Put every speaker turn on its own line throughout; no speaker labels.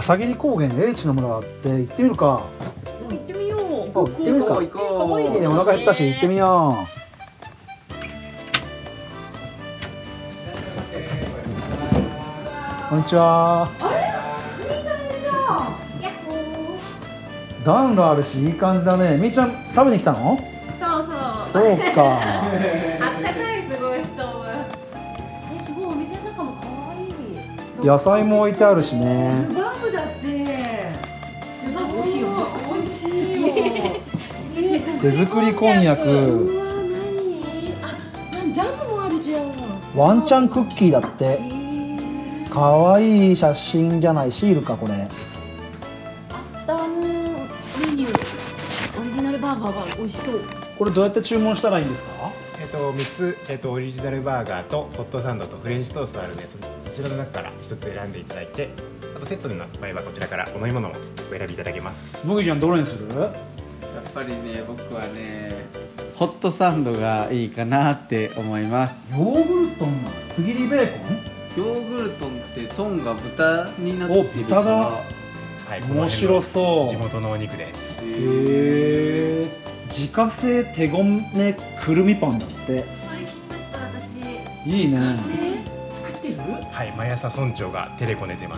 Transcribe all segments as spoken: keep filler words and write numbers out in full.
朝霧高原英知の村って行ってみるか。
行ってみよう。
行ってみるか。
行こう。
いいね、お腹減ったし行ってみよう。こんにちは。
あれ？みーちゃんいるじゃん。やっほー。
暖炉あるしいい感じだね。みーちゃん食べに来たの？
そうそう。
そうか。
あったかいすごいストーブ。え、すごいお店の中も可愛い。
野菜も置いてあるしね。
バーグだって。すごい美味しいよ。美味しいよ。
手作りこんにゃく。
うわ、何？あ、なんジャムもあるじゃん。
ワンちゃんクッキーだって。かわいい写真じゃない。シールかこれ。
アフタヌーンメニューオリジナルバーガーが美味しそう。
これどうやって注文したらいいんですか？
えっとみっつ、えっとオリジナルバーガーとホットサンドとフレンチトーストあるので、そちらの中からひとつ選んでいただいて、あとセットの場合はこちらからお飲み物もお選びいただけます。
麦ちゃんどれにする？
やっぱりね、僕はね、ホットサンドがいいかなって思います。
ヨーグルトンの厚切りベーコン？
ヨーグルトンってトンが豚になっているから。
お、豚だ。
はい、
面白そう。
地元のお肉です。
へえ。自家製手ごねくるみパンだって。
それ気になった私。
いいね。
作ってる？
はい、毎朝村長が手でこねてます。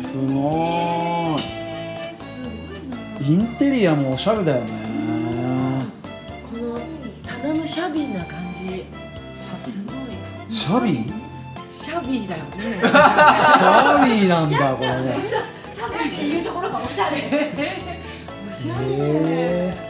すごーい。
えー、すごいな。
インテリアもおしゃれだよね。
この棚のシャビーな感じ。すごい。
シャビー？
シャビーだよね。
シャビーなんだこれね。
シャビーっていうところがおしゃれ。おしゃれ。
へー。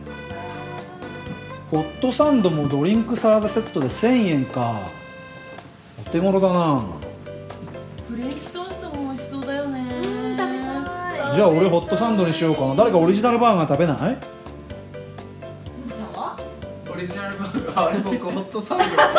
ホットサンドもドリンクサラダセットでせんえんか。お手頃だな。
フレンチトーストも美味しそうだよね。食べたい。
じゃあ俺ホットサンドにしようかな。誰かオリジナルバーガー食べない？
オリジナルバーガー、あれ僕ホットサンドですよ。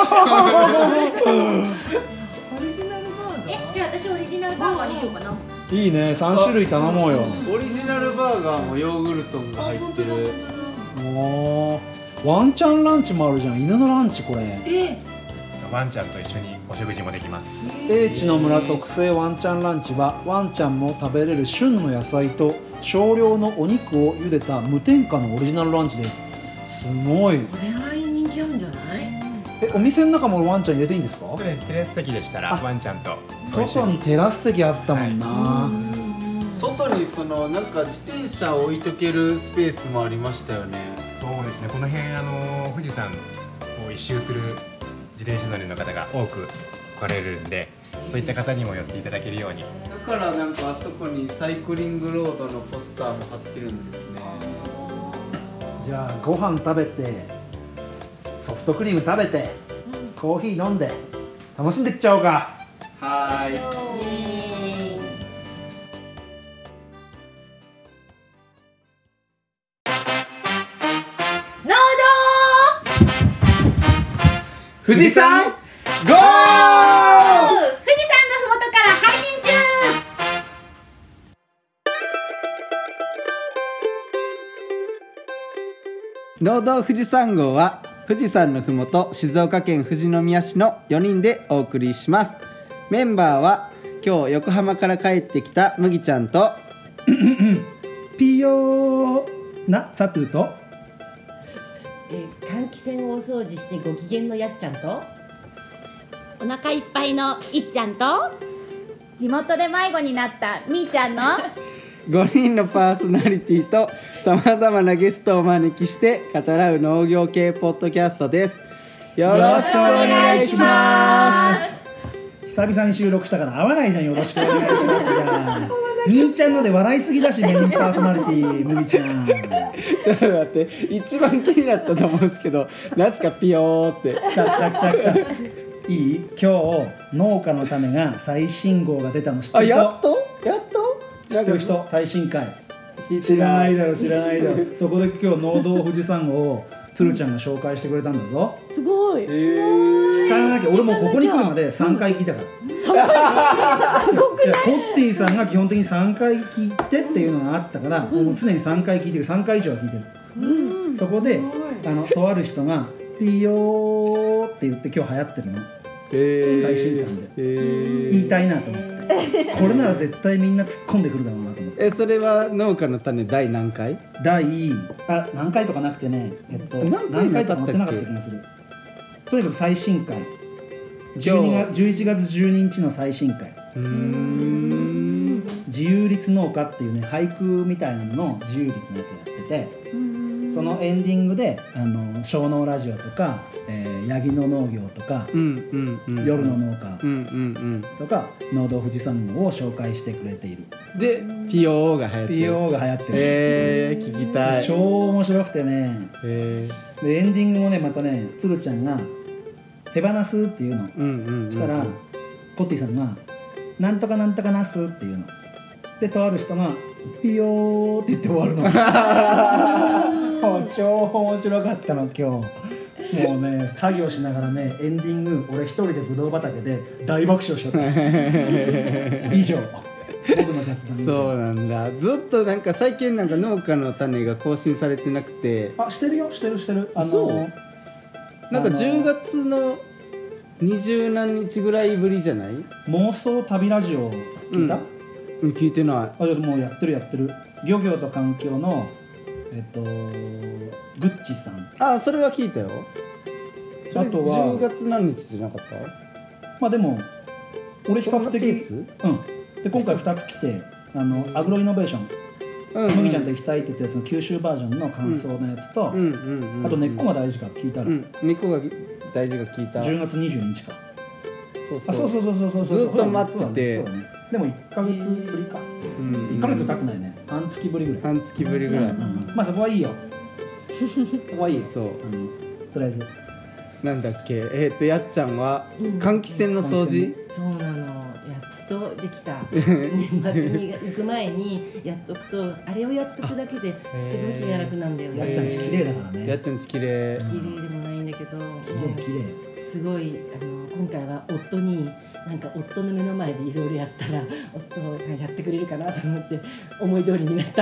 オリジナルバーガー？え、じゃあ私オリジナルバーガーにしようかな。
いいね、さん種類頼もうよ。
オリジナルバーガーもヨーグルトンが入ってる。
もうワンちゃんランチもあるじゃん。犬のランチこれ。
え、
ワンちゃんと一緒にお食事もできます。
英知の村特製ワンちゃんランチはワンちゃんも食べれる旬の野菜と少量のお肉を茹でた無添加のオリジナルランチです。すごい。
これは人気あるんじゃない？
え、お店の中もワンちゃん入れていいんですか？
これテラス席でしたら
あ
ワンちゃんとご一緒
外にテラス席あったもんな。
外にそのなんか自転車を置いとけるスペースもありましたよね。
そうですね、この辺あの富士山を一周する自転車乗りの方が多く来れるんで、そういった方にも寄っていただけるように。
だからなんかあそこにサイクリングロードのポスターも貼ってるんですね。
じゃあご飯食べてソフトクリーム食べて、うん、コーヒー飲んで楽しんでいっちゃおうか。
はーい。
農道
富士山ゴー！
富士山のふもとから配信中。
農道富士山号は富士山のふもと静岡県富士宮市のよにんでお送りします。メンバーは今日横浜から帰ってきた麦ちゃんと
ピヨーなサトゥと、
えー、換気扇をお掃除してご機嫌のやっちゃんと、お腹いっぱいのいっちゃんと、地元で迷子になったみーちゃんの
ごにんのパーソナリティとさまざまなゲストをお招きして語らう農業系ポッドキャストです。よろしくお願いします。
久々に収録したから合わないじゃん。よろしくお願いしますじゃん。みーちゃんので笑いすぎだし、メインパーソナリティ麦ちゃん。
ちょっと待って、一番気になったと思うんですけど、なんすかピヨーって。
たったったったいい？今日農家の種が最新号が出たの知って
あ、
る人？
やっとやっと
知ってる人？最新回
知
知らないだろ知らないだろそこで今日農道富士山号を鶴ちゃんが紹介してくれたんだぞ。
すごい。
聞かなきゃ。俺もここに来るまでさんかい聞いたから。
すごく
いやコッティさんが基本的にさんかい聞いてっていうのがあったから、もう常にさんかい聞いてる。さんかい以上は聞いてる。
うん、
そこであのとある人がピヨーって言って今日流行ってるの。最新刊で言いたいなと思って。 これなら絶対みんな突っ込んでくるだろうなと思って。
えそれは農家の種第何回？
第あ何回とかなくてね、えっと
何回
何回とか載ってなかった気がする。とにかく最新回、じゅうにがつじゅういちがつじゅうににちの最新回。
うーん
自由律農家っていうね俳句みたいなのの自由律のやつをやってて、そのエンディングであの小農ラジオとか、えー、ヤギの農業とか、
うんうんうん
夜の農家
うんうん
とか、農道富士山号を紹介してくれている。
うんで ピーオー が流行ってる
ピーオー が流行ってる。
えー、聞きたい
超面白くてね。
えー、
でエンディングもねまたねつるちゃんが手放すっていうの。
うんうんうん
したらコッティさんがなんとかなんとかなすっていうの。でとある人がピヨーって言って終わるの。もう超面白かったの今日。もうね作業しながらねエンディング俺一人でブドウ畑で大爆笑しちゃった。以上僕の雑談以上。
そうなんだ。ずっとなんか最近なんか農家の種が更新されてなくて、
あしてるよしてるしてる。あ
そ
の
うなんかじゅうがつの二十何日ぐらいぶりじゃない？
妄想旅ラジオ聞いた？
うん聞いてな
あ、もうやってるやってる。漁業と環境のえっとグッチさん。
い。あそれは聞いたよ。それ
あとは
じゅうがつ何日じゃなかった？
まあでも俺比較
そんなペー
的
ス？
うんで今回ふたつ来てあのアグロイノベーション、
うんうん、
麦ちゃんと行きたいって言ったやつの九州バージョンの感想のやつと、
うんうんうんうん、
あと根っこが大事か聞いたら、
うん根っこが大事が聞いた。
じゅうがつにじゅうににちか。
そうそう
あそうそうそうそうそうそう
ずっと待ってて
そうだねそうだねでもいっかげつぶりか、
うん
いっかげつ経ってないね半月ぶりぐらい、
半月ぶりぐらい、
うんうんうんまあそこはいいよそこはいいよ
そう
あのとりあえず
なんだっけえっ、ー、とやっちゃんは
うん
換気扇の掃除、
そうなの、やっとできた。年末に行く前にやっとくと、あれをやっとくだけですごい気が楽なんだよね。
やっちゃんち綺麗だからね
やっちゃんち綺麗。
綺麗でもないんだけど、
綺麗綺麗
すごいあの今回は夫になんか夫の目の前でいろいろやったら夫がやってくれるかなと思って思い通りになった。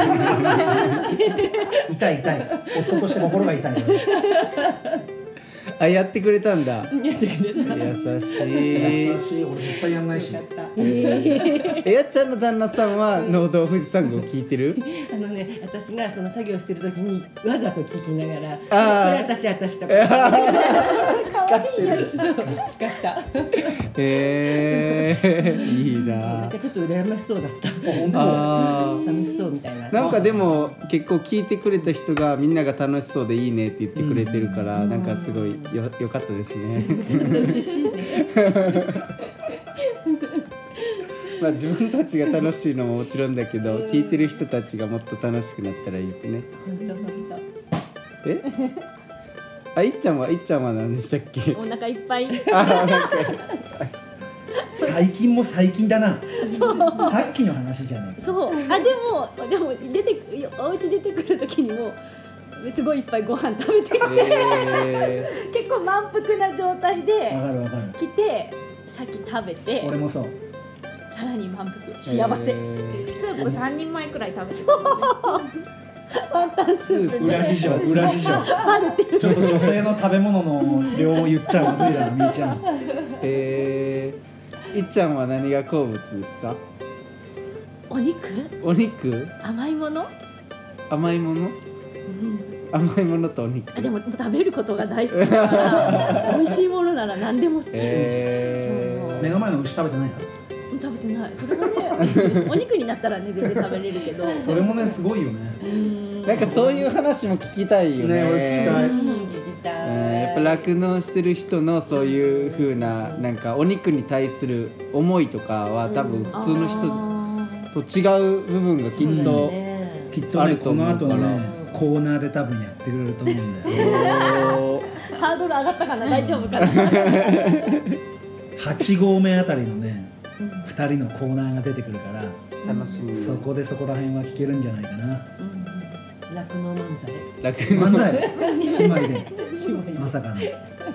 痛い痛い夫として心が痛いよ
あやってくれたんだ。
やってくれた。
優しい。
優しい俺絶対やんないし
よかった。
えやっちゃんの旦那さんは農道富士山号聞いてる？
あのね、私がその作業してる時にわざと聞きながら、こ
あー
れ私私とか
聞かしてる。
そう聞かした。
えー、いい
な
なん
かちょっと羨ましそうだった。
あー
楽しそうみたいな。
なんかでも結構聞いてくれた人がみんなが楽しそうでいいねって言ってくれてるから、
うん
なんかすごいよよかったですね。
ちょっと嬉しいね。
まあ自分たちが楽しいのももちろんだけど、
うん
聞いてる人たちがもっと楽しくなったらいいですね。
本当本
え？あいっちゃんはいっちゃんは何でしたっけ？
お腹いっぱい。
あなんか
最近も最近だなさっきの話じゃないか
そう。あでもでも出てお家出てくる時にもすごいいっぱいご飯食べてきて、
え
結構満腹な状態で
わかるわかる
来てさっき食べて
俺もそう
さらに満腹
ー
幸せ。
えー
スープさんにんまえくらい食べてたよね。
ワンタンスープ
裏事情裏事情
バレてる。
ちょっと女性の食べ物の量を言っちゃまずいなみーちゃん
えー、いっちゃんは何が好物ですか？
お肉
お肉？
甘いもの、
甘いもの？
うん、
甘いものとお肉。
あでも食べることが大好きだから美味しいものなら何でも好き、
え
目の前の牛食べてないの
食べてない。それがねお肉になったらね全然食べれるけど、
それもねすごいよね
うん
なんかそういう話も聞きたいよね。
ね俺聞きたい
うん聞きた
うん
い。
やっぱ酪農してる人のそういう風ななんかお肉に対する思いとかは多分普通の人
あ
と違う部分がきっ
そうだ
と、
ね
きっと
あると
ねこの
思うから
後のねコーナーで多分やってくれると思うんだよ
おー
ーハードル上がったかな、大丈夫かな。
はち合目あたりのねふたりのコーナーが出てくるから
楽しみ。
そこでそこら辺は聞けるんじゃないかな
酪農漫才。
酪農
漫才姉妹で
姉妹
まさかの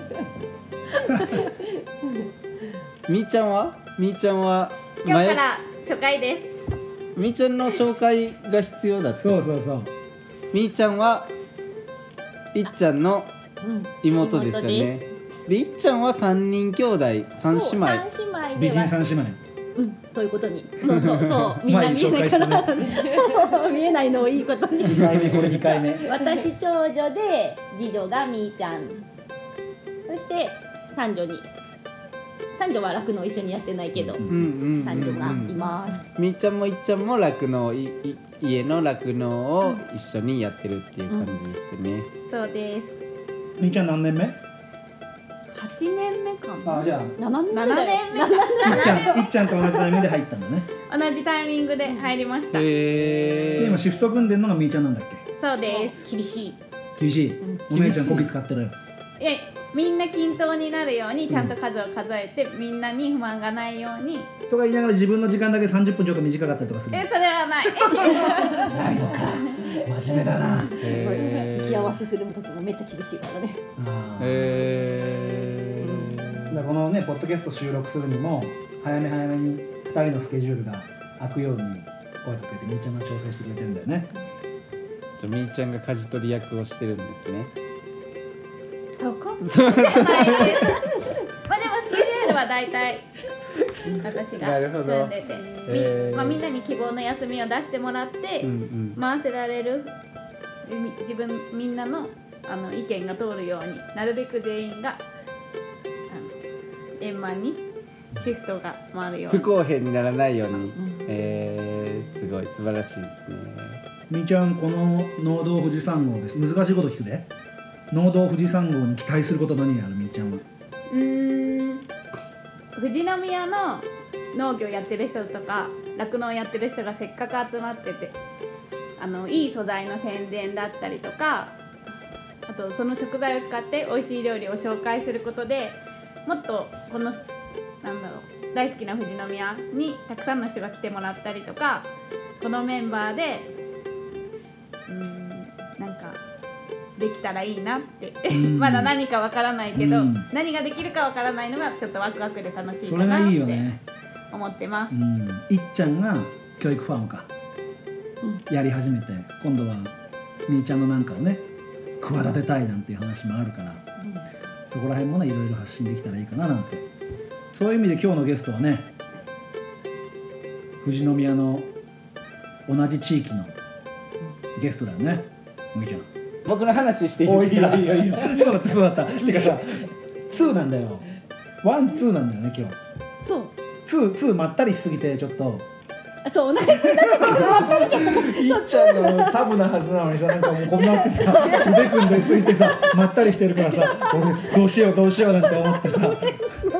みーちゃんはみーちゃんは
今日から初回です。
みーちゃんの紹介が必要だった。
そうそうそう
みーちゃんはいっちゃんの
うん
妹ですよね。でいっちゃんはさんにん兄弟さん姉妹。
そう三姉妹で
美人三姉妹
うんそういうことにそうそうそうみんな見えないから、ね、見えないのをいいことに
にかいめこれにかいめ
私長女で次女がみーちゃんそして三女に三女は酪農一緒にやってないけど、
うんうんうんうん、
三女がいます。
みーちゃんもいっちゃんも酪農いい家の酪農を一緒にやってるっていう感じですよね、
そうです。
みーちゃん何年目？
はちねんめかな。
あ、じゃあ
ななねんめだよ。
ななねんめか。
いっちゃんいっちゃんと同じタイミングで入ったんだね。
同じタイミングで入りました。
へ
で今シフト組んでんのがみーちゃんなんだっけ？
そうです。
厳しい。
厳しい、お姉ちゃんこき使ってる。
え、みんな均等になるようにちゃんと数を数えて、みんなに不満がないように。
とか言いながら自分の時間だけさんじゅっぷんちょっと短かったりとかする。
え、それはない。
ないのか。真面目だな。
へー
付き合わせする時もめっちゃ厳しいからね。
あー
へー
だからこのねポッドキャスト収録するにも早め早めにふたりのスケジュールが空くように声かけてみーちゃんが調整してくれてるんだよね。
じゃあみーちゃんが舵取り役をしてるんですね。
そこじゃないです。まあでもスケジュールはだいたい私が
なるほど
組んでて、
へー
みまあ、みんなに希望の休みを出してもらって、
うんうん
回せられるみ自分みんなのあの意見が通るようになるべく全員があの円満にシフトが回るように。
不公平にならないように、えー、すごい素晴らしいですね。
みーちゃんこの農道富士山号です。難しいこと聞くで。農道富士山号に期待すること何があるみーちゃんは？
うーん富士宮の農業やってる人とか酪農やってる人がせっかく集まってて、あのいい素材の宣伝だったりとか、あとその食材を使って美味しい料理を紹介することでもっとこのなんだろう大好きな富士宮にたくさんの人が来てもらったりとか、このメンバーでうーんなんかできたらいいなってまだ何かわからないけど、
うん
何ができるかわからないのがちょっとワクワクで楽しい
それが
かなって
いいよね。
思ってます。
うん、いっちゃんが教育ファームか、やり始めて今度はみーちゃんのなんかをね企てたいなんていう話もあるから、そこら辺もねいろいろ発信できたらいいかななんて。そういう意味で今日のゲストはね富士宮の同じ地域のゲストだよね、みーちゃん。
僕の話していい
おいい
ですか？
よいいよいいよ。そうだってそうだった。てかさ、ツーなんだよ。ワンツーなんだよね今日。
そう。
ツーツーまったりしすぎてちょっと。
あそうお腹いっぱいになっちゃった。
いっちゃんのサブなはずなのにさ、なんかもうこんなってさ腕組んでついてさまったりしてるからさ、俺どうしようどうしようなんて思ってさ。
ごめん。そう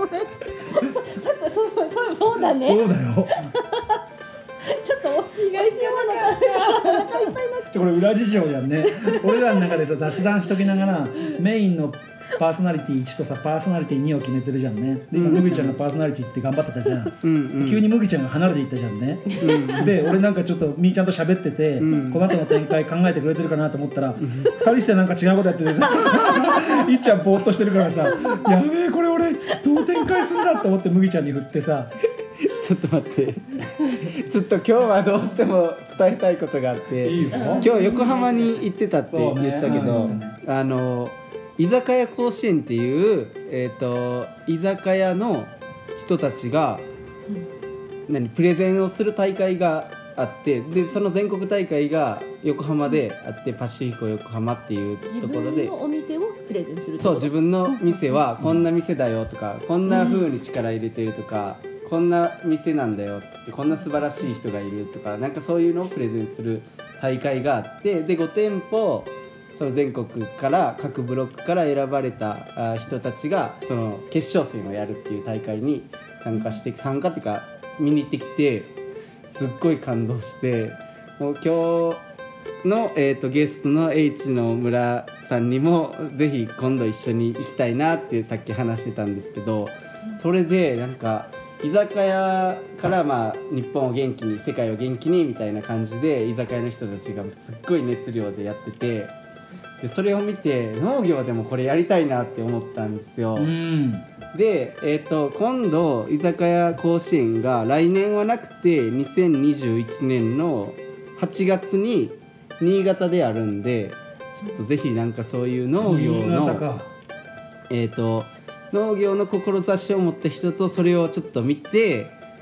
そうそうだね。
そうだよ。
ちょっと東山のお腹いっぱいになっちゃ
ちょこれ裏事情じゃんね。俺らの中でさ雑談しときながらメインのパーソナリティいちとさパーソナリティにを決めてるじゃんね。で今むぎちゃんがパーソナリティって頑張ってたじゃん。
うんうん、
急にむぎちゃんが離れていったじゃんね。で俺なんかちょっとみーちゃんと喋ってて、
うん
この後の展開考えてくれてるかなと思ったら、ふたりしてなんか違うことやっててさいっちゃんぼーっとしてるからさ、やべえこれ俺どう展開するんだと思ってむぎちゃんに振ってさ、
ちょっと待ってちょっと今日はどうしても伝えたいことがあって
いいよ
今日横浜に行ってたって言ったけど、
そうね
あの居酒屋甲子園っていう、えー、と居酒屋の人たちが、何プレゼンをする大会があって、でその全国大会が横浜であって、パシフィコ横浜っていう
自
ところで、
分のお店をプレゼンするってこと。
そう自分の店はこんな店だよとか、こんな風に力入れてるとか、こんな店なんだよって、こんな素晴らしい人がいるとか、なんかそういうのをプレゼンする大会があって、でご店舗その全国から各ブロックから選ばれたあ人たちがその決勝戦をやるっていう大会に参加して参加っていうか見に行ってきて、すっごい感動して、もう今日の、えー、とゲストの H の村さんにもぜひ今度一緒に行きたいなってさっき話してたんですけど、それでなんか居酒屋からまあ日本を元気に世界を元気にみたいな感じで居酒屋の人たちがすっごい熱量でやってて、でそれを見て農業でもこれやりたいなって思ったんですよ。
うん
で、えー、と今度居酒屋甲子園が来年はなくてにせんにじゅういちねんのはちがつに新潟であるんで、ちょっとぜひなんかそういう農業
新潟
の
か
えー、と農業の志を持った人とそれをちょっと見て、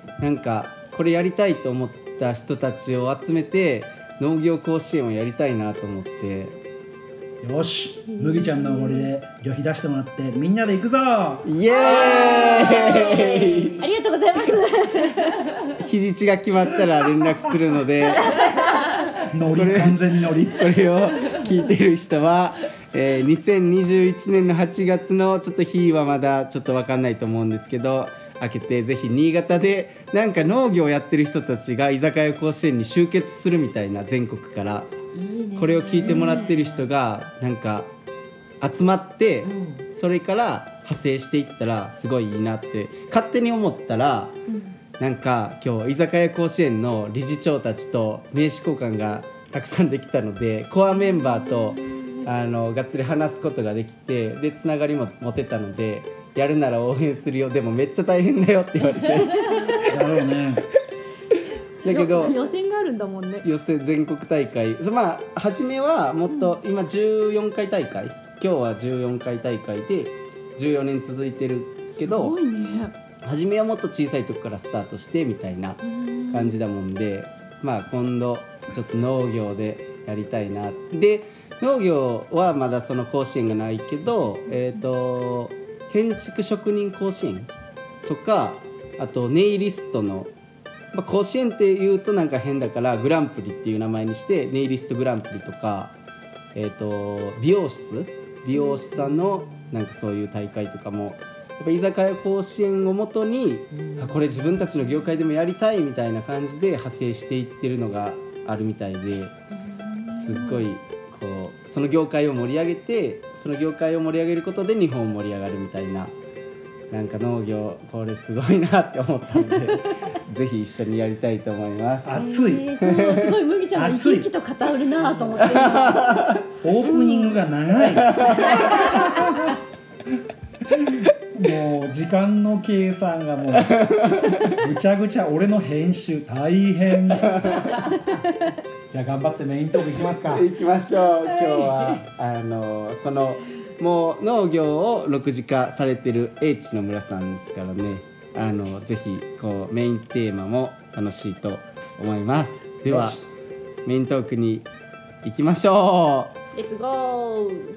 なんかこれやりたいと思った人たちを集めて農業甲子園をやりたいなと思って。
よし、麦ちゃんのおごりで旅費出してもらってみんなで行くぞ。
イエーイ。
ありがとうございます
日にちが決まったら連絡するので
ノリ、完全にノリ。
これを聞いてる人は、えー、にせんにじゅういちねんのはちがつのちょっと日はまだちょっと分かんないと思うんですけど、開けてぜひ新潟でなんか農業をやってる人たちが居酒屋甲子園に集結するみたいな、全国から
いいね。
これを聞いてもらってる人がなんか集まって、
うん、
それから派生していったらすごいいいなって勝手に思ったら、うん、なんか今日居酒屋甲子園の理事長たちと名刺交換がたくさんできたので、コアメンバーとあのがっつり話すことができて、でつながりも持てたので、やるなら応援するよ、でもめっちゃ大変だよって言われて
だろうね。
だけど
予選があるんだもんね。
予選全国大会、まあ初めはもっと、うん、今じゅうよんかい大会、今日はじゅうよんかい大会でじゅうよねん続いてるけど、
すごいね。
初めはもっと小さいとこからスタートしてみたいな感じだもんで、まあ今度ちょっと農業でやりたいな。で農業はまだその甲子園がないけど、えーと建築職人甲子園とか、あとネイリストの、まあ、甲子園っていうとなんか変だからグランプリっていう名前にしてネイリストグランプリとか、えーと美容室美容師さんのなんかそういう大会とかもやっぱ居酒屋甲子園をもとに、うん、あこれ自分たちの業界でもやりたいみたいな感じで派生していってるのがあるみたいで、すっごいこうその業界を盛り上げて、その業界を盛り上げることで日本盛り上がるみたいな、なんか農業これすごいなって思ったんでぜひ一緒にやりたいと思います。
熱い、
えー、そうすごい麦ちゃんが生き生きと語るなと思ってオ
ープニングが長いもう時間の計算がもうぐちゃぐちゃ、俺の編集大変じゃあ頑張ってメイントークいきますか。
いきましょう。今日はあのそのもう農業をろくじ化されてる英知の村さんですからね、あのぜひこうメインテーマも楽しいと思います。ではメイントークに行きましょ
レッツゴー。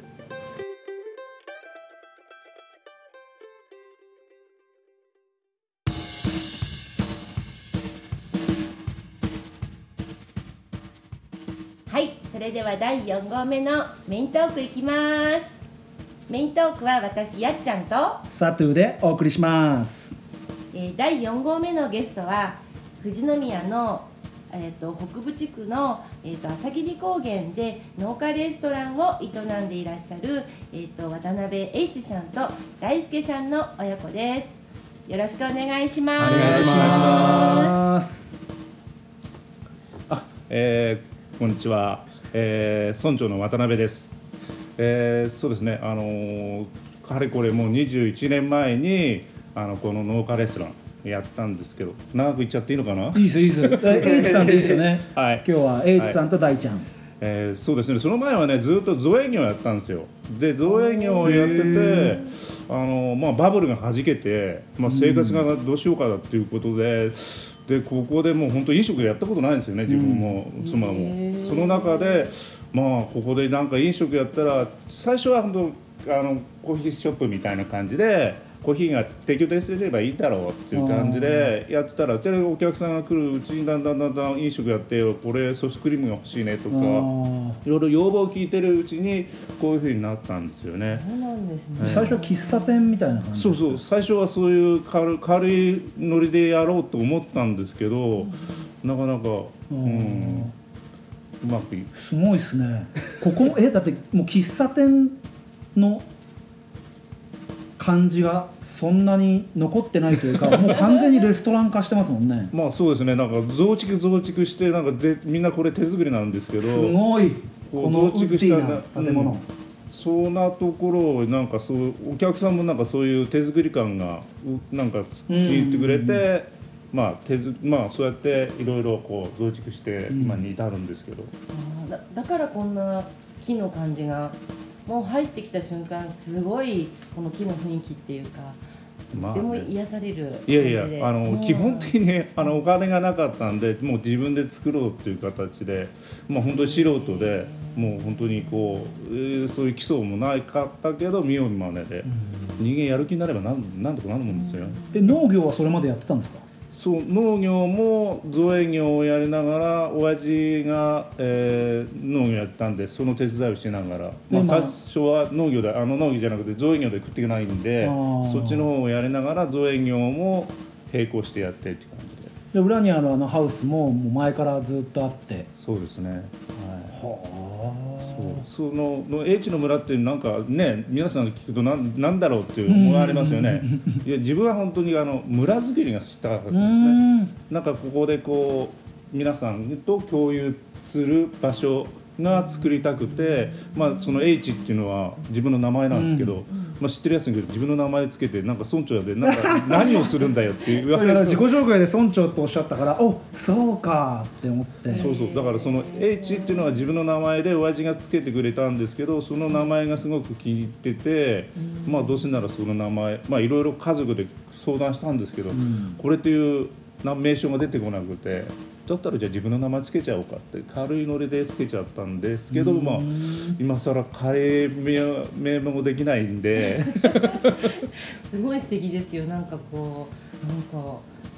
はい、それではだいよん号目のメイントークいきます。メイントークは私やっちゃんと
サトゥーでお送りします。
えー、だいよん号目のゲストは富士宮の、えー、と北部地区の、えー、と朝霧高原で農家レストランを営んでいらっしゃる、えー、と渡辺 H さんと大輔さんの親子です。よろしくお願いします。
お願いします。
あ、えー、こんにちは、えー、村長の渡辺です。えー、そうですね、あのー、かれこれもうにじゅういちねんまえにあのこの農家レストランやったんですけど、長く言っちゃっていいのかな。
いいですよいいですよH さんでいいですよね、はい、今日は H さんと大ちゃん、はい、
えー、そうですね、その前はねずっと造営業やったんですよ。で造営業をやってて、あの、まあ、バブルがはじけて、まあ、生活がどうしようかだっていうことで、でここでもう本当飲食やったことないんですよね、自分も妻も。その中でまあここでなんか飲食やったら、最初は本当あのコーヒーショップみたいな感じでコーヒーが提供できればいいだろうっていう感じでやってたら、でお客さんが来るうちにだんだんだんだん飲食やって、これソフトクリームが欲しいねとかいろいろ要望を聞いてるうちにこういう風になったんですよね。
そうなんですね。
最初は喫茶店みたいな感じ。
そうそう、最初はそういう軽、軽いノリでやろうと思ったんですけど、うん、なかなか、うん、うまくい
すごいですね。ここえだってもう喫茶店の感じがそんなに残ってないというか、もう完全にレストラン化してますもんね。
まあそうですね、なんか増築増築してなんかでみんなこれ手作りなんですけど、
すごいこのウッディな建物、うん、
そんなところをなんかそうお客さんもなんかそういう手作り感がなんか聞いてくれて、まあ手ずまあそうやっていろいろこう増築して今に至るんですけど、
うん、だ, だからこんな木の感じがもう入ってきた瞬間すごいこの木の雰囲気っていうか
まあ
とても
ね
癒される感
い
じで。
やいやあの、
うん
基本的にあのお金がなかったんでもう自分で作ろうっていう形で、まあ、本当に素人でもう本当にこう、えーそういう基礎もなかったけど見よう見まねで、人間やる気になればなんなんとかなるもんですよ。
え農業はそれまでやってたんですか？
そう農業も造園業をやりながら親父が、えー農業やってたんでその手伝いをしながら、まあ、
でまあ
最初は農業であの農業じゃなくて造園業で食っていけないんで
あー
そっちの方をやりながら造園業も並行してやってって感じで。
で裏にあるあのハウスももう前からずっとあって
そうですね、はい、
は
そうそのの英知の村ってなんかね皆さん聞くとなんなんだろうっていう思われますよね。いや自分は本当にあの村づくりがしたかったんですね。なんかここでこう皆さんと共有する場所が作りたくて、まあその H っていうのは自分の名前なんですけど、まあ知ってるやつに自分の名前つけてなんか村長でなんか何をするんだよって言われると
自己紹介で村長とおっしゃったからおそうかって思って
そうそうだからその H っていうのは自分の名前で親父がつけてくれたんですけどその名前がすごく気に入ってて、まあどうせならその名前まあいろいろ家族で相談したんですけど、
ん
これっていう名称が出てこなくてだったらじゃあ自分の名前つけちゃおうかって軽いノリでつけちゃったんですけど、まあ今更変え名もできないんです
ごい素敵ですよ。なんかこうなんか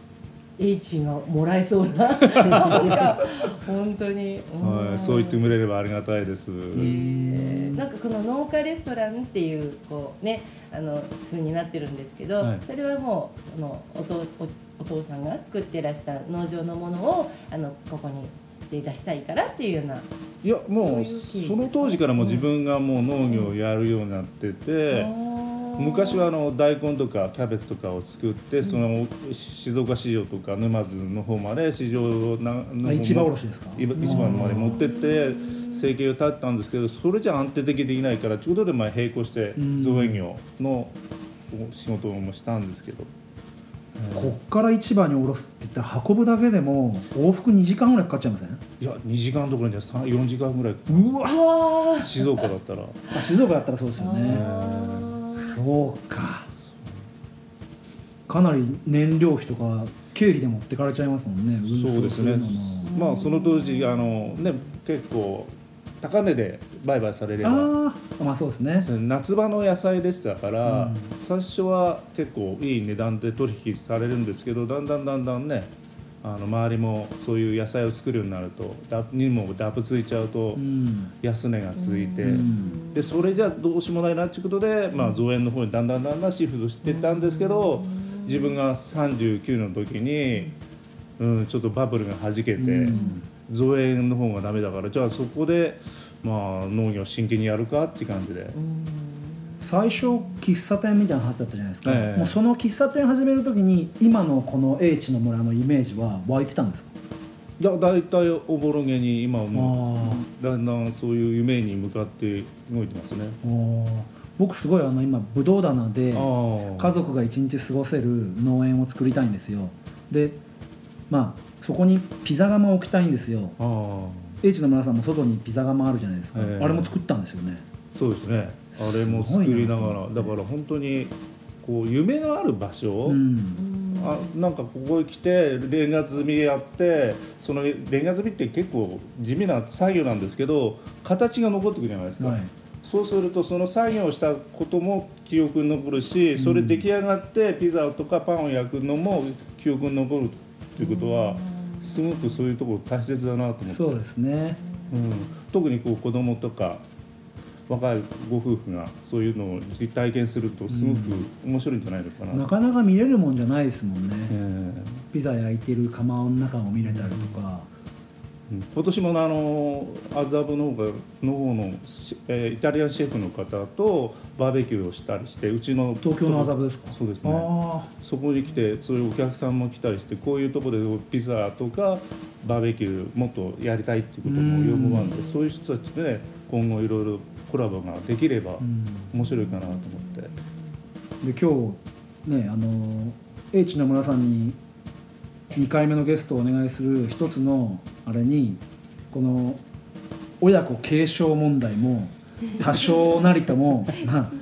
H がもらえそうななんか本当に、
はい、そう言ってくれればありがたいです。
えーなんかこの農家レストランっていうこうねあの風になってるんですけど、
はい
それはもうそのおとおお父さんが作ってらした農場のものをあのここにで出したいからっていうような。
いやもう
そういう経緯
その当時からもう自分がもう農業をやるようになってて、昔はあの大根とかキャベツとかを作ってその静岡市場とか沼津の方まで市場の方
あ市場卸ですか？
市場まで持ってって生計を立ったんですけどそれじゃ安定的できないからちょうどでまあ並行して造園業の仕事もしたんですけど。
こっから市場に卸すって言ったら運ぶだけでも往復にじかんぐらいかかっちゃいません？
いやにじかんどころじゃよんじかんぐらい。
うわ
うわ
静岡だったら
あ静岡だったらそうですよね。
ー
そうかかなり燃料費とか経費で持ってかれちゃいますもんね。運送
そうですね
るのも
まあその当時あのね結構高値で売買されれば
ああまあそうですね。
夏場の野菜でしたから、
うん
最初は結構いい値段で取引されるんですけどだんだんだんだんねあの周りもそういう野菜を作るようになるとダにもダブついちゃうと
うん
安値がついて、
うん
でそれじゃどうしようもないなっていうことで、まあ、造園の方にだんだんだんだんシフトしていったんですけど自分がさんじゅうきゅうの時に、うん、ちょっとバブルがはじけて、
うん
造園の方がダメだからじゃあそこで、まあ、農業真剣にやるかっていう感じで。
最初喫茶店みたいな話だったじゃないですか、
ええ
もうその喫茶店始めるときに今のこの H の村のイメージは湧いてたんですか？
だだいたいおぼろげに今はも
あ
うだんだんそういう夢に向かって動いてますね。
ーおー僕すごいあの今ブドウ棚で
あー
家族が一日過ごせる農園を作りたいんですよ。でまあそこにピザ窯を置きたいんですよ。
あー
H の村さんも外にピザ窯あるじゃないですか、
ええ
あれも作ったんですよね。
そうですねあれも作りながらだから本当にこう夢のある場所、
うん
あなんかここへ来てレンガ積みやってそのレンガ積みって結構地味な作業なんですけど形が残ってくるじゃないですか、
はい
そうするとその作業をしたことも記憶に残るしそれ出来上がってピザとかパンを焼くのも記憶に残るということはすごくそういうところ大切だなと思って、
そうですね。
うん、特にこう子供とか若いご夫婦がそういうのを体験するとすごく面白いんじゃないのかな、
なかなか見れるもんじゃないですもんね、
え
ピザ焼いてる窯の中を見れたりとか、
ーうん今年もあの麻布の方がの方の、えーイタリアンシェフの方とバーベキューをしたりしてうちの
東京の麻布ですか？
そうですね
あ
そこに来てそういうお客さんも来たりしてこういうところでピザとかバーベキューもっとやりたいっていうことも要望があるのでそういう人たちで、ね、今後いろいろコラボができれば
あ、うん
面白いかなと思って。
で今日ねあの H の村さんににかいめのゲストをお願いする一つのあれにこの親子継承問題も多少なりとも、まあ、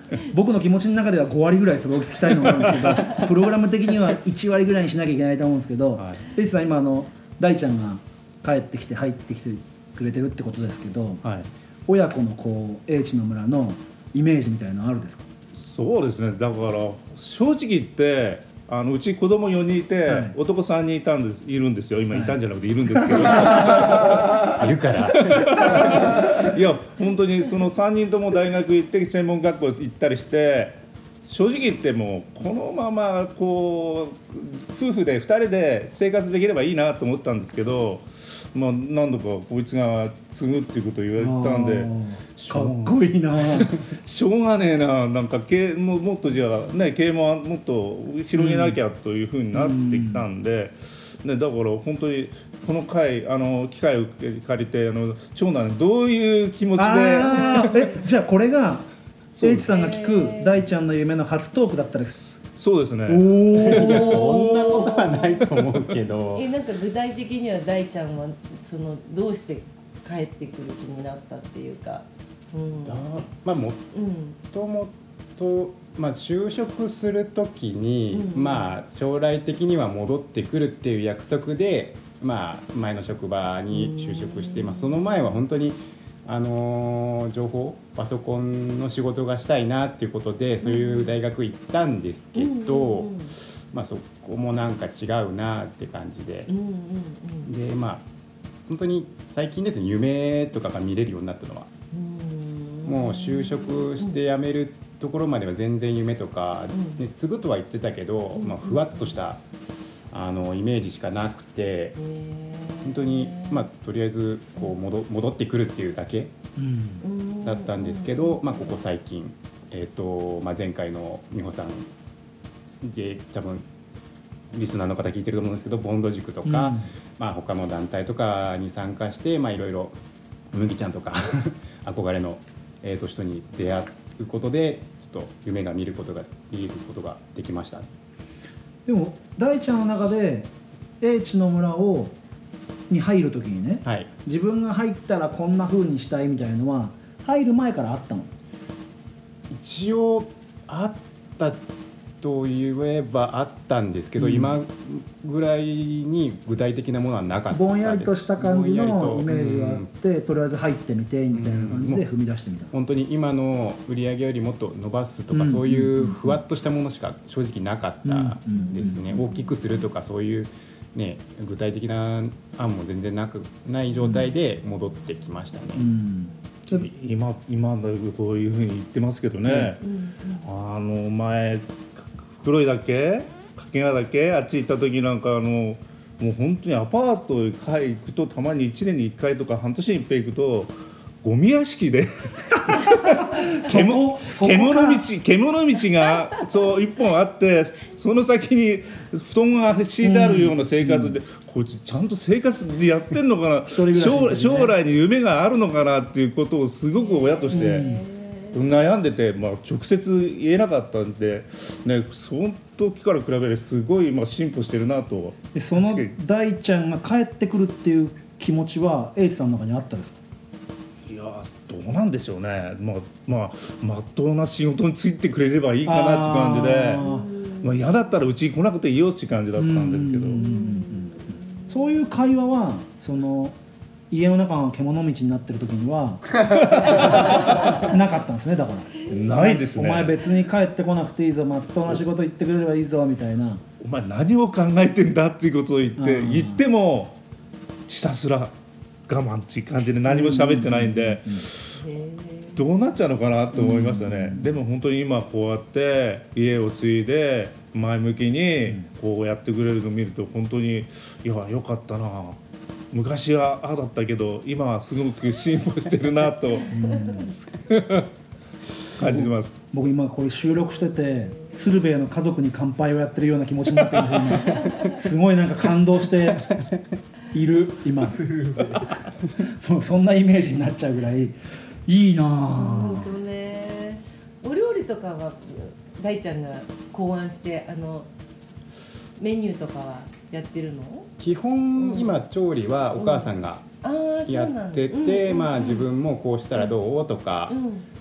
僕の気持ちの中ではご割ぐらいそれを聞きたいのがあるんですけどプログラム的にはいち割ぐらいにしなきゃいけないと思うんですけど、
はい、
エイジさん今あの大ちゃんが帰ってきて入ってきてくれてるってことですけど、
はい、
親子のこう英知の村のイメージみたいなのあるんですか？
そうですね、だから正直言ってあのうち子供よにんいて、はい、男さんにんいたんですいるんですよ。今いたんじゃなくているんですけど、
はい、いるから
いや本当にそのさんにんとも大学行って専門学校行ったりして、正直言ってもうこのままこう夫婦でふたりで生活できればいいなと思ったんですけど、まあ、何度かこいつが継ぐっていうことを言われたんで、
かっこいいな
しょうがねえな、なんか経ももっとじゃあね経営ももっと広げなきゃというふうになってきたんで、ね、だから本当にこの回あの機会を借りてあの長男どういう気持ちで
えじゃあこれが英知さんが聞く大ちゃんの夢の初トークだったです。
そうですね。
おそんなことはないと思うけど
えなんか具体的には大ちゃんはそのどうして帰ってくる気になったっていうか、うん、
だまあもともと、まあ、就職するときに、うんまあ、将来的には戻ってくるっていう約束で、まあ、前の職場に就職して、まあ、その前は本当にあのー、情報パソコンの仕事がしたいなっていうことでそういう大学行ったんですけど、うんうんうんまあ、そこもなんか違うなって感じで、うんうんうん、でまあ本当に最近ですね夢とかが見れるようになったのは、うんもう就職して辞めるところまでは全然夢とか、うんね、継ぐとは言ってたけど、うんまあ、ふわっとしたあのイメージしかなくて本当に、まあ、とりあえずこう 戻, 戻ってくるっていうだけだったんですけど、まあ、ここ最近、えーとまあ、前回の美穂さんで多分リスナーの方聞いてると思うんですけどボンド塾とか、うんまあ、他の団体とかに参加していろいろ麦ちゃんとか憧れの、えー、と人に出会うことでちょっと夢が見ることが見ることができました。
でも大ちゃんの中で英知の村をに入るときにね、はい、自分が入ったらこんな風にしたいみたいのは入る前からあったの？
一応あったと言えばあったんですけど、うん、今ぐらいに具体的なものはなかったです。
ぼんやりとした感じのイメージがあって、うん、とりあえず入ってみてみたいな感じで踏み出してみた、うん、
本当に今の売り上げよりもっと伸ばすとか、うん、そういうふわっとしたものしか正直なかったですね、うん、大きくするとかそういう、ね、具体的な案も全然なくない状態で戻ってきましたね、うん
今今だこういうふうに言ってますけどね、うんうん、あの前黒いだけ掛川だけあっち行った時なんかあのもう本当にアパート行くとたまにいちねんにいっかいとか半年にいっかい行くとゴミ屋敷で獣道獣道がそう一本あってその先に布団が敷いてあるような生活で、うん、こいつちゃんと生活でやってんのかな将, 将来に夢があるのかなっていうことをすごく親として悩んでて、まあ、直接言えなかったんで、ね、その時から比べてすごいまあ進歩してるなと。
でその大ちゃんが帰ってくるっていう気持ちは英知さんの中にあったんですか？
いやどうなんでしょうね、まあまあ、まっとうな仕事に就いてくれればいいかなって感じで、まあ、嫌だったらうちに来なくていいよって感じだったんですけど、うん
そういう会話はその家の中が獣道になってる時にはなかったんですね。だから
ないですね。
お前別に帰ってこなくていいぞ、まっとうな仕事行ってくれればいいぞみたいな。
お前何を考えてんだっていうことを言って言ってもひたすら我慢っていう感じで何も喋ってないんで、どうなっちゃうのかなと思いましたね。でも本当に今こうやって家を継いで前向きにこうやってくれるのを見ると本当にいや良かったな、昔はああだったけど今はすごく進歩してるなと感じます。
僕今これ収録してて鶴瓶の家族に乾杯をやってるような気持ちになってるんですよね。すごいなんか感動している今もうそんなイメージになっちゃうぐらいいいなぁ。
本当ね。お料理とかは大ちゃんが考案してあのメニューとかはやってるの？
基本今調理はお母さんがやってて、まあ自分もこうしたらどうとか、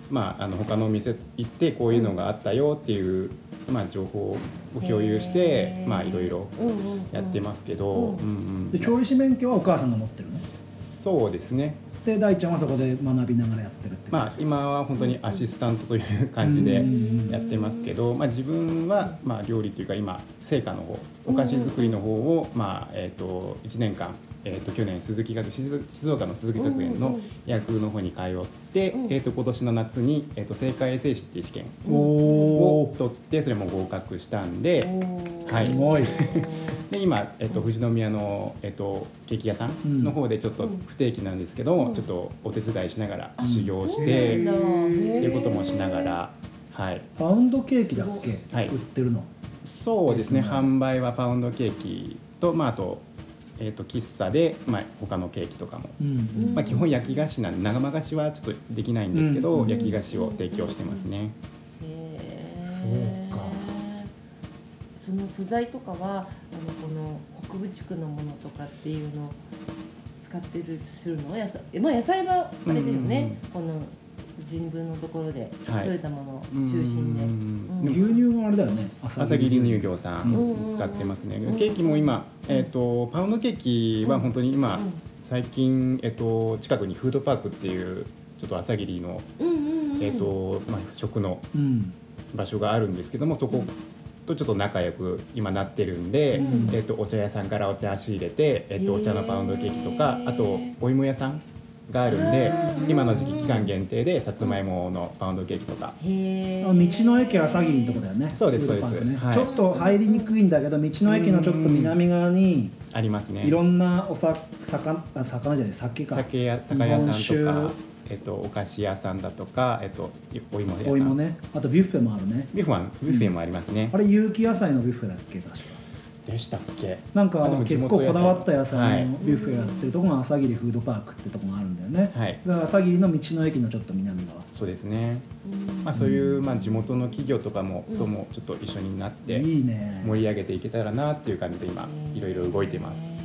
まあ、あの他のお店行ってこういうのがあったよっていう、まあ、情報を共有して
へー
まあいろいろやってますけど、
うん
うんうん
で調理師免許はお母さんが持ってるの
そうですね。
で大ちゃんはそこで学びながらやってるって
まあ、今は本当にアシスタントという感じでやってますけど、まあ、自分はまあ料理というか今製菓の方お菓子作りの方をまあえーといちねんかんえーと去年鈴木学静静岡の鈴木学園の薬の方に通って
うん
えーと今年の夏にえーと製菓衛生士っていう試験
おお
を取ってそれも合格したんではい
すごい
で今、えっと、富士宮の、えっと、ケーキ屋さんの方でちょっと不定期なんですけど、
うん
ちょっとお手伝いしながら
あ
修行し
そう
て、
なんだ
って
へー
いうこともしながら、はい、
パウンドケーキだっけ、
はい
売ってるの
そうですね
ですね
販売はパウンドケーキと、まあ、あと、えっと、喫茶で、まあ、他のケーキとかも、
うん
まあ、基本焼き菓子なんで長間菓子はちょっとできないんですけど、
うん
焼き菓子を提供してますね。
へー
そうか
その素材とかはあのこの北部地区のものとかっていうのを使ってるするの野菜えまあ野菜はあれだよね、この人文のところで
はい
取れたものを中心で、
うん
うん
牛乳もあれだよね
朝霧乳業さん
うん
使ってますね、
うん
ケーキも今、えー、とパウンドケーキは本当に今、
うん
最近、えー、と近くにフードパークっていうちょっと朝霧の、
うんうんうん
えーとまあ、食の
うん
場所があるんですけどもそことちょっと仲良く今なってるんで、
うん
えー、とお茶屋さんからお茶仕入れて、えー、と
へー
お茶のパウンドケーキとかあとお芋屋さんがあるんで
うん
今の時期期間限定でさつまいものパウンドケーキとか
へー
あ道の駅朝霧のとこだよね
そうです
フードパークね
そうですはい
ちょっと入りにくいんだけど道の駅のちょっと南側に
ありますね。
いろんなおさ魚あ魚じゃない酒か
酒や酒屋さんと
日本
か、えっと、お菓子屋さんだとか、えっと、お芋屋さん
お芋ねあとビュッフェもあるね
ビュッフェはビュッフェもありますね、
あれ有機野菜のビュッフェだっけ確か
でしたっけ
なんか
あでも地
結
元野菜
構こだわった野菜の
はい
ビュッフェやってるところが朝霧フードパークってとこがあるんだよね、
はい
だから朝霧の道の駅のちょっと南側
そうですね、
うん
まあ、そういう、まあ、地元の企業とかも、
うん
ともちょっと一緒になって
いいね
盛り上げていけたらなっていう感じで今いろいろ動いてます、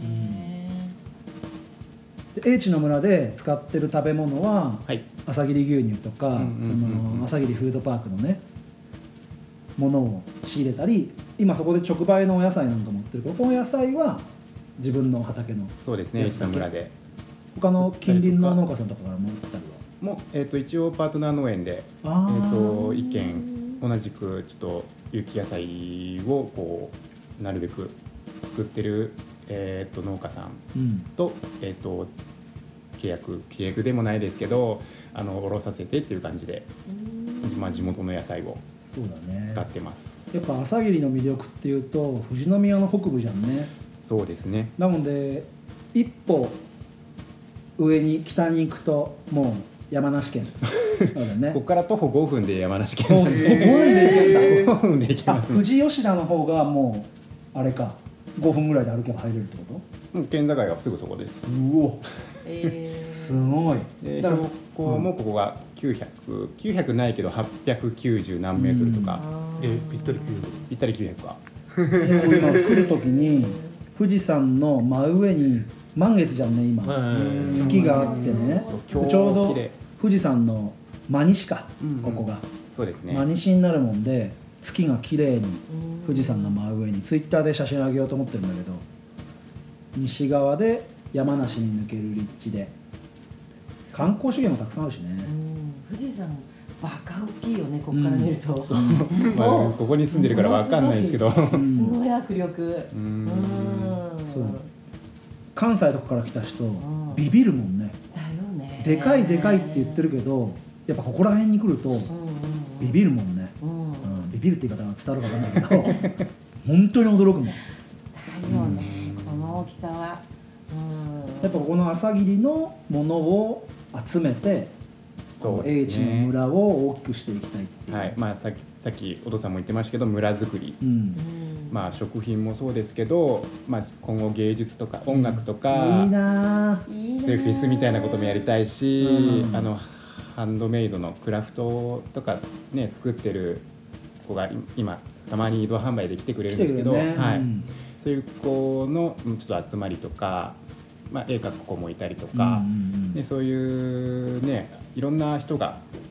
で英知の村で使ってる食べ物は
はい
朝霧牛乳とか、
うんうんうんうん
その朝霧フードパークのねものを仕入れたり今そこで直売のお野菜なんかも売ってるけどこの野菜は自分の畑の
そうですね市の村で
他の近隣の農家さんとかからも売ったり
も、えっと、一応パートナー農園で、
はあ
えっ
ー
と、一軒同じくちょっと有機野菜をこうなるべく作ってる、えっと、農家さん
うん
と、えっと、契約契約でもないですけどあの卸させてっていう感じで、まあ、地元の野菜を
そうだね
使ってます、
やっぱ朝霧の魅力っていうと富士宮の北部じゃんね
そうですね
なので一歩上に北に行くともう山梨県そうだよね
ここから徒歩ごふんで山梨県
おすごいね
ごふんで行け
あ
ますね
富士吉田の方がもうあれかごふんぐらいで歩けば入れるってこ
うん県境はすぐそこです
とうお
えー
すごい
で
だから
標高もここがきゅうひゃく、きゅうひゃくないけどはっぴゃくきゅうじゅうなんメートルとか、
えぴったりきゅう
ぴったりきゅうひゃくか
今来る時に富士山の真上に満月じゃんね今
うん
月があってね
そう
ちょうど
綺麗
富士山の真西か
うんうん
ここが
そうですね
真西になるもんで月が綺麗に富士山の真上にツイッターで写真あげようと思ってるんだけど西側で山梨に抜ける立地で観光資源もたくさんあるしね
うん富士山バカ大きいよねここから見ると、
そうまあ、ここに住んでるからわかんないですけど
すごい迫力
う
うんん
そう関西とかから来た人
ん
ビビるもんね
だよね
でかいでかいって言ってるけどやっぱここら辺に来ると
うんうんうん
ビビるもんね、
うん
うん、ビビるって言い方が伝わるか分かんないけど本当に驚くもんや
だよねこの大きさはうん
っぱここの朝霧のものを集めて
そう
英知の
ですね
村を大きくしていきたいっていう、
はいまあ、さっきさっきお父さんも言ってましたけど村づくり、
うん
うん
まあ、食品もそうですけど、まあ、今後芸術とか音楽とか、
いいなぁ
いいな
そういうフェスみたいなこともやりたいし、
うん
あのハンドメイドのクラフトとかね作ってる子がい今たまに移動販売で来てくれるんですけど、
来てくれるね
はい
うん
そういう子のうんちょっと集まりとか、まあ、絵描く子もいたりと
うん
か、
うんうん
でそういうねいろんな人が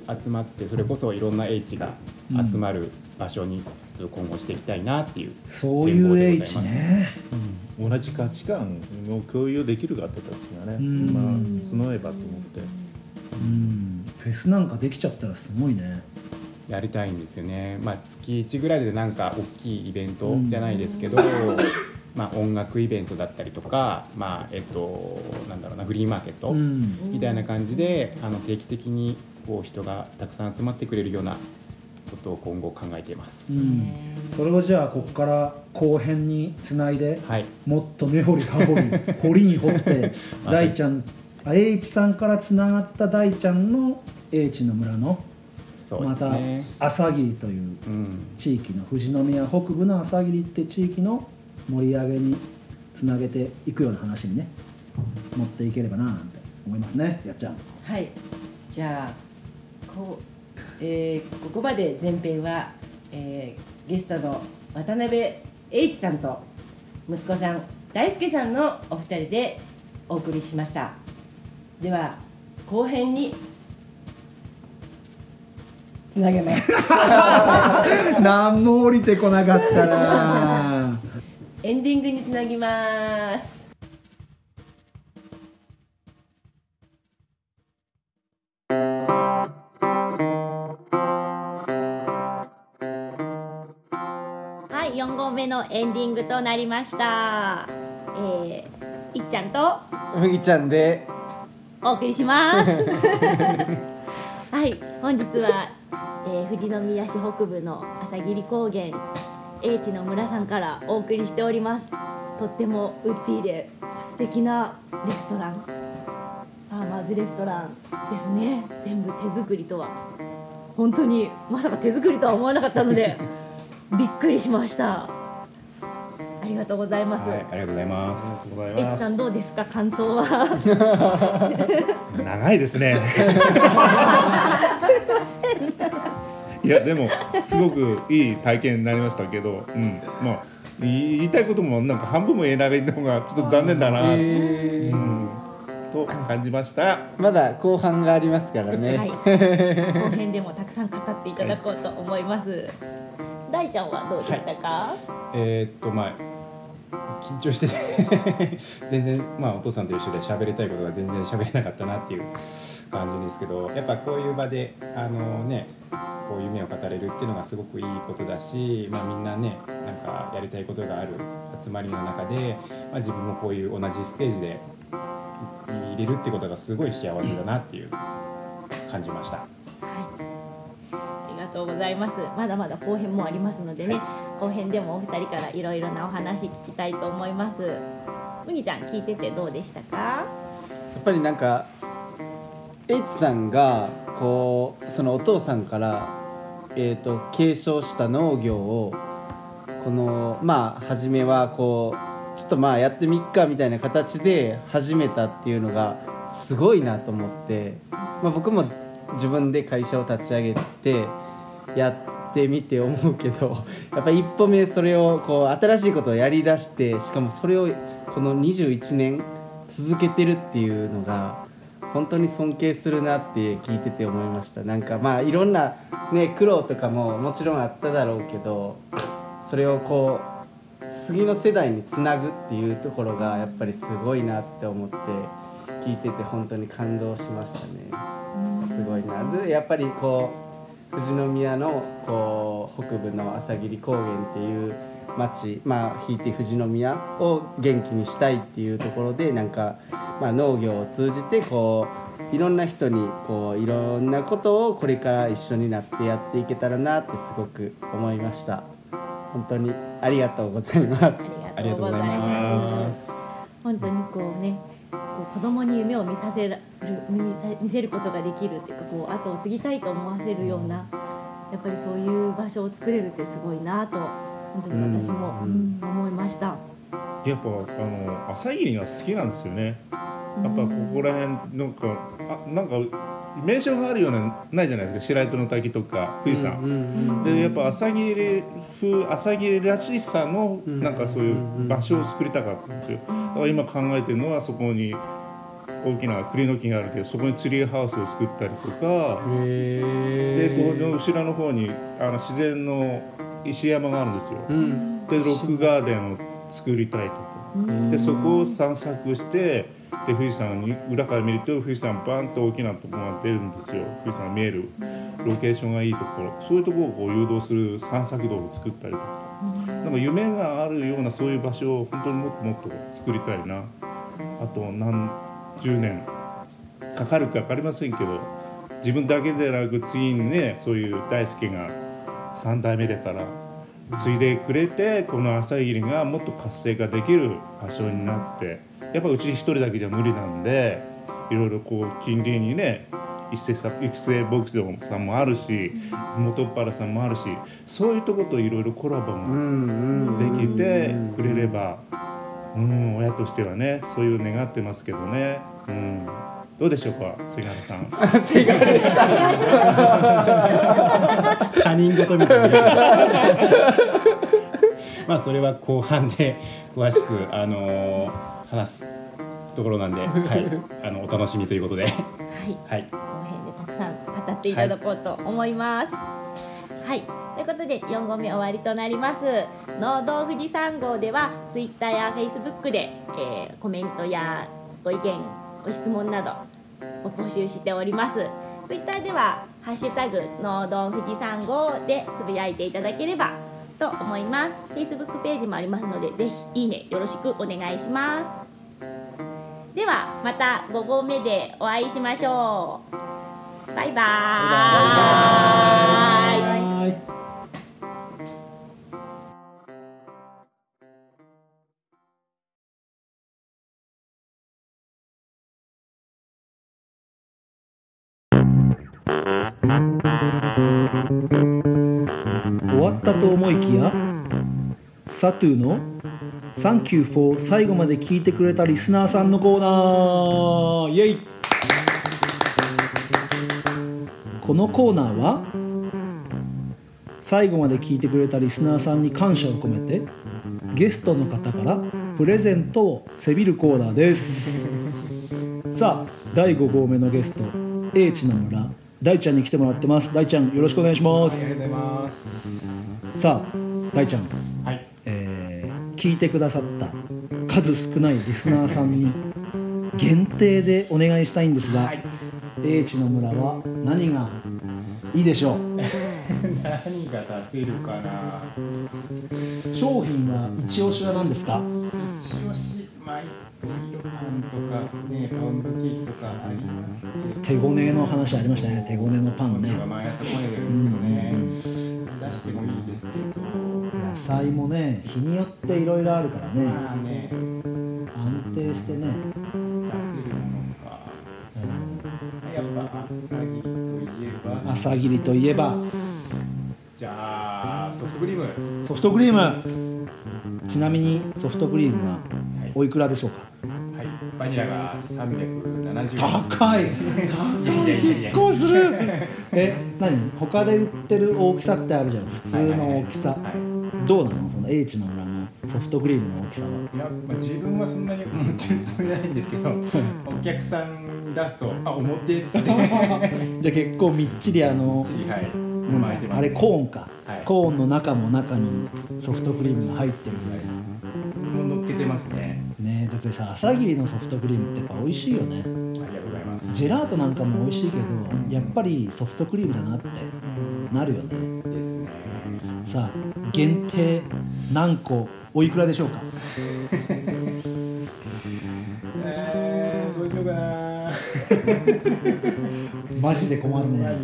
集まってそれこそいろんな英知が集まる場所にちょっと今後していきたいなっていう、
そういう英知ね、
うん、同じ価値観を共有できる方たちがね、
うん
まあ、そのえばと思って、
うん、フェスなんかできちゃったらすごいね。
やりたいんですよね。まあ、月いちぐらいでなんか大きいイベントじゃないですけど、まあ、音楽イベントだったりとか、まあえっと、なんだろうなフリーマーケットみたいな感じで、あの定期的にこう人がたくさん集まってくれるようなことを今後考えています、
うん、それをじゃあここから後編につないで、はい、もっと根掘り葉掘り掘りに掘って大ちゃん、英知さんからつながった大ちゃんの英知の村のまた朝霧という地域の、富士宮北部の朝霧って地域の盛り上げにつなげていくような話にね持っていければななんて思いますね。やっちゃん。
はい、じゃあこう、えー、ここまで前編は、えー、ゲストの渡辺英知さんと息子さん大輔さんのお二人でお送りしました。では後編につなげます
何も降りてこなかったな
エンディングにつなぎます。
はい、よん号目のエンディングとなりました。えー、いっちゃんと
麦ちゃんで
お送りしますはい、本日は、えー、富士宮市北部の朝霧高原英知の村さんからお送りしております。とってもウッディで素敵なレストラン、ファーマーズレストランですね。全部手作りとは本当にまさか手作りとは思わなかったのでびっくりしました。ありがとうございます。
はい、ありがとうございます。
英知さんどうですか、感想は
長いですねいやでもすごくいい体験になりましたけど、うん、まあ言いたいこともなんか半分も言えないのがちょっと残念だな、えーうん、と感じました。
まだ後半がありますからね、
はい、後編でもたくさん語っていただこうと思います、はい、大ちゃんはどうでしたか？
はい、えー、っとまあ緊張してて全然、まあ、お父さんと一緒で喋りたいことが全然喋れなかったなっていう感じですけど、やっぱこういう場であのねこう夢を語れるっていうのがすごくいいことだし、まあ、みんなねなんかやりたいことがある集まりの中で、まあ、自分もこういう同じステージで入れるってことがすごい幸せだなっていう感じました。はい、
ありがとうございます。まだまだ後編もありますのでね、はい、後編でもお二人からいろいろなお話聞きたいと思います。むぎちゃん聞いててどうでしたか？
やっぱりなんかエイチさんがこうそのお父さんから、えーと、継承した農業をこのまあ初めはこうちょっとまあやってみっかみたいな形で始めたっていうのがすごいなと思って、まあ、僕も自分で会社を立ち上げてやってみて思うけど、やっぱり一歩目それをこう新しいことをやりだして、しかもそれをこのにじゅういちねん続けてるっていうのが本当に尊敬するなって聞いてて思いました。なんかまあいろんなね苦労とかももちろんあっただろうけど、それをこう次の世代につなぐっていうところがやっぱりすごいなって思って聞いてて本当に感動しましたね。すごいな。でやっぱりこう富士宮のこう北部の朝霧高原っていう町、まあひいて富士宮を元気にしたいっていうところで、なんか、まあ、農業を通じてこういろんな人にこういろんなことをこれから一緒になってやっていけたらなってすごく思いました。本当にありがとうございます。
ありがとうございます。本当にこうね、こう子供に夢を見させる見せることができるっていうか、こう後を継ぎたいと思わせるような、やっぱりそういう場所を作れるってすごいなと本当に私も、うんうん、思いました。
やっぱあの朝霧が好きなんですよね。やっぱここら辺なんかあなんか名所があるようなないじゃないですか。白糸の滝とか富士山、うんうんうん、でやっぱ朝霧風朝霧らしさのなんかそういう場所を作りたかったんですよ。だから今考えてるのはそこに大きな栗の木があるけどそこにツリーハウスを作ったりとか
へ
でこの後ろの方にあの自然の石山があるんですよ、
うん、
でロックガーデンを作りたいとかでそこを散策してで富士山に裏から見ると富士山バンと大きなところが出るんですよ。富士山が見えるロケーションがいいところそういうところをこう誘導する散策道を作ったりとかなんか夢があるようなそういう場所を本当にもっともっと作りたいな。あと何十年かかるか分かりませんけど自分だけでなく次にねそういう大輔がさん代目だから継いでくれてこの朝霧がもっと活性化できる場所になってやっぱうち一人だけじゃ無理なんでいろいろこう近隣にね一斉さ育成牧場さんもあるし元っ腹さんもあるしそういうとこといろいろコラボができてくれればうん親としてはねそういう願ってますけどね、うん、どうでしょうか瀬川さん
瀬川さん
他人事みたいなまあそれは後半で詳しく、あのー、話すところなんで、はい、あのお楽しみということで、はい
はい、後編でたくさん語っていただこうと思います。はい、ということでよん号目終わりとなります。農道富士山号ではツイッターやフェイスブックで、えー、コメントやご意見ご質問などを募集しております。ツイッターではハッシュタグ農道富士山号でつぶやいていただければと思います。フェイスブックページもありますのでぜひいいねよろしくお願いします。ではまたご号目でお会いしましょう。バイバーイ。バイバーイ。
終わったと思いきやサトゥーのサンキューフォー最後まで聞いてくれたリスナーさんのコーナーイエイ。このコーナーは最後まで聞いてくれたリスナーさんに感謝を込めてゲストの方からプレゼントをせびるコーナーです。さあだいご号目のゲスト英知の村大ちゃんに来てもらってます。大ちゃんよろしくお願いします。
ありがとうございます。
さあ大ちゃん、
はい、
えー、聞いてくださった数少ないリスナーさんに限定でお願いしたいんですが、はい、英知の村は何がいいでしょう
何が出せるかな。
商品は一押しは何ですか。
一押し、まあ、いろいろパンとかね、パウンドケーキとかありますけど、
手ごねの話ありましたね。手ごねのパンね。
毎朝こねてるんですけどね、うん、出してもいいですけど、
野菜もね日によっていろいろあるからね、
まあね、
安定してね
出せるものか、うん、やっぱ朝霧といえば
朝霧といえば
じゃあソフトクリーム。
ソフトクリーム。ちなみにソフトクリームはおいくらでしょうか。
はい、バニラがさんびゃくななじゅうえん。
高い。結構する。え、何？他で売ってる大きさってあるじゃん。普通の大きさ。
はいはいはい、
どうなの？その英知の村のソフトクリームの大きさは。
いや、まあ、自分はそんなに持ってるつもりないんですけど、お客さんに出すとあ重てってって。じゃ
あ結構みっちりあの。
みっちりはい。
なんだあれコーンか、
はい、
コーンの中も中にソフトクリームが入ってるぐらい
のもう乗っけてますね。
ねえだってさ朝霧のソフトクリームってやっぱ美味しいよね。あ
りがとうございます。
ジェラートなんかも美味しいけどやっぱりソフトクリームだなってなるよね。
ですね。
さあ限定何個おいくらでしょうか。
えー、どうしようかな。
マジで困るね。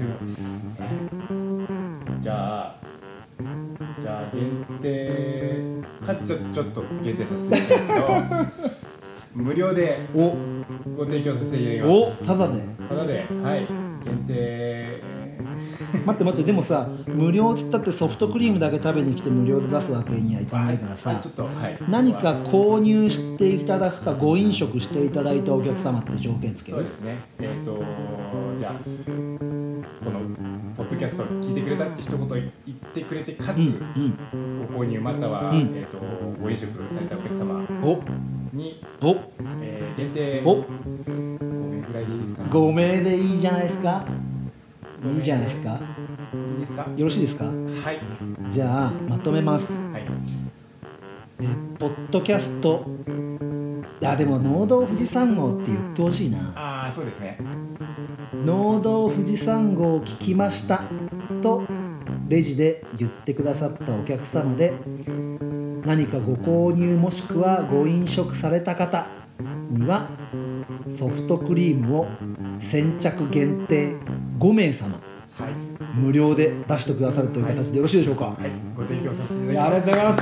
じゃあじゃあ限定かつちょちょっと限定させていただきますけど無料で
お
ご提供させていただきます。
おただで
ただではい限定。
待って待ってでもさ無料っつったってソフトクリームだけ食べに来て無料で出すわけにはいかないからさ、
ちょっと、はい、
何か購入していただくかご飲食していただいたお客様って条件つける。
そうですね。えっ、ー、とじゃあこのポッドキキャスト聞いてくれたって一言言ってくれて、かつ、
うんうん
ご購入または、
うん
えー、とご飲食されたお客様
お
に、
お
えー限定
お
ご名ぐらいでいいですか？
ご名でいいじゃないですか。いいじゃないですか。
いいですか？
よろしいですか。
はい
じゃあまとめます。
はい
えーポッドキャスト、いやでも農道富士山号って言ってほしいな。
ああそうですね。
農道富士山号を聞きましたとレジで言ってくださったお客様で、何かご購入もしくはご飲食された方にはソフトクリームを先着限定ご名様
はい
無料で出してくださるという形でよろしいでしょうか。
はいご提供させていた
いやあ
だきます。
りがとうございます。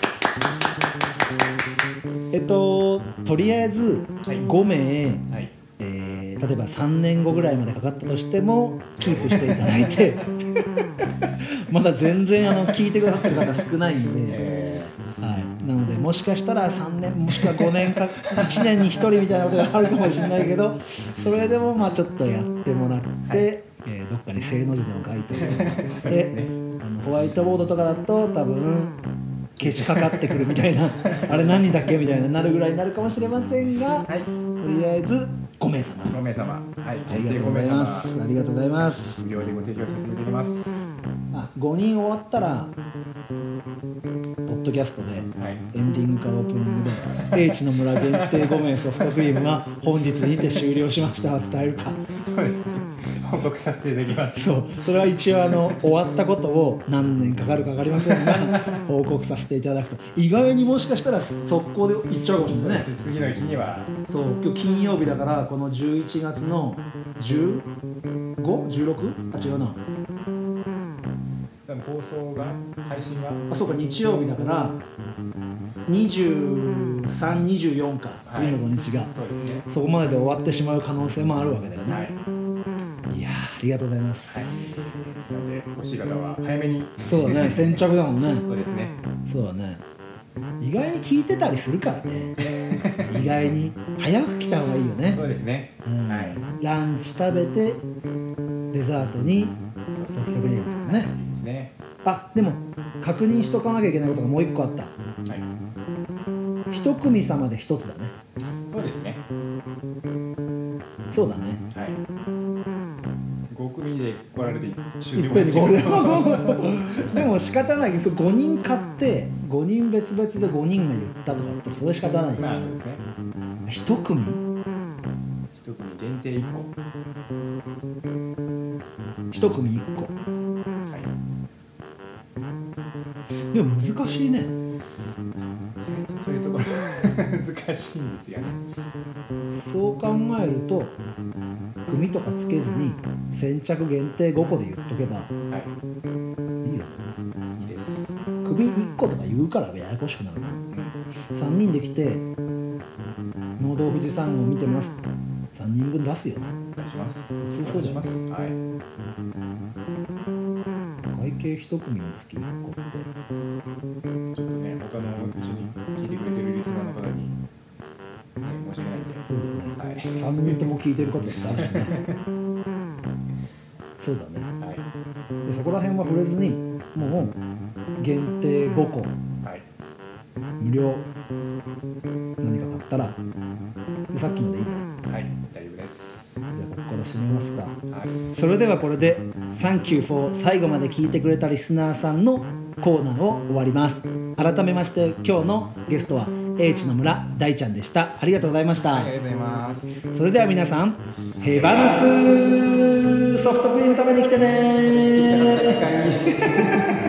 えっととりあえず
はい
ご名、
はい
えー例えばさんねんごぐらいまでかかったとしてもキープしていただいてまだ全然あの聞いてくださってる方少ないんで、
え
はい、なのでもしかしたらさんねんもしくはごねんかいちねんにひとりみたいなことがあるかもしれないけど、それでもまあちょっとやってもらって、えーどっかに正の字でも書いてもらって
ーそうですね。
あのホワイトボードとかだと多分消しかかってくるみたいなあれ何だっけみたいななるぐらいになるかもしれませんが、
はい
とりあえずご名様
ご名様はい
ありがとうございます。ありがとうございます。
無料でご提供させていただきます。
あ、ごにん終わったらポッドキャストで
はい
エンディングかオープニングで英知の村限定ご名ソフトクリームが本日にて終了しましたは伝えるか。
そうですね。報告させていただきます。
そう、それは一応あの終わったことを何年かかるか分かりませんが報告させていただくと、意外にもしかしたら速攻でいっちゃうかもしれないですね。
次の日には
そう、今日金曜日だからこのじゅういちがつのじゅうご、じゅうろく? あ、違うな。
多分放送が配信が
あ、そうか、日曜日だからにじゅうさん、にじゅうよんか、次の土日が、
そうですね。
そこまでで終わってしまう可能性もあるわけだよね。
はい。
いやー、ありがとうございます。
なので欲しい方は早めに。
そうだね、先着だもんね。
そうですね。
そうだね。意外に聞いてたりするからね。意外に早く来た方がいいよね。
そうですね。
うん
はい。
ランチ食べてデザートにソフトクリームとかね。
いいですね。
あ、でも確認しとかなきゃいけないことがもう一個あった。
はい。
一組様で一つだね。
そうですね。
そうだね。
はい。ご組で来られて一緒で
いっぺんにこれ
終わ
でも仕方ないけど、ごにん買ってごにん別々でごにんが言ったとかだったらそれ仕方ないよ。
まあそうですね。
一組
一組限定一個。
一組一個
はい。
でも難しいね。
そういうところ難しいんですよね。
そう考えると組とかつけずに先着限定ごこで言っとけば
はい
いいよ。
いいです。
組いっことか言うからややこしくなるな。さんにんで来て農道富士山を見てますさんにんぶん出すよ。
お願いします。
そうだよ
お願いします。はい。
会計一組につきいっこって
ちょっとね、他の一緒に聞いてくれてるリスナーの方に、ね、申し訳ないんで。
そうだね、
はい。
さんにんとも聞いてることってあるしねそうだね。
はい。
でそこら辺は触れずにもう限定ごこ
はい。
無料何か買ったらでさっきのでいいね。
はい。大丈夫です。
じゃあここから締めますか。
はい。
それではこれで「サンキュー for 最後まで聞いてくれたリスナーさん」のコーナーを終わります。改めまして今日のゲストは英知の村大ちゃんでした。ありがとうございました、
はい、ありがとうございます。
それでは皆さんヘバヌスソフトクリーム食べに来てね
いい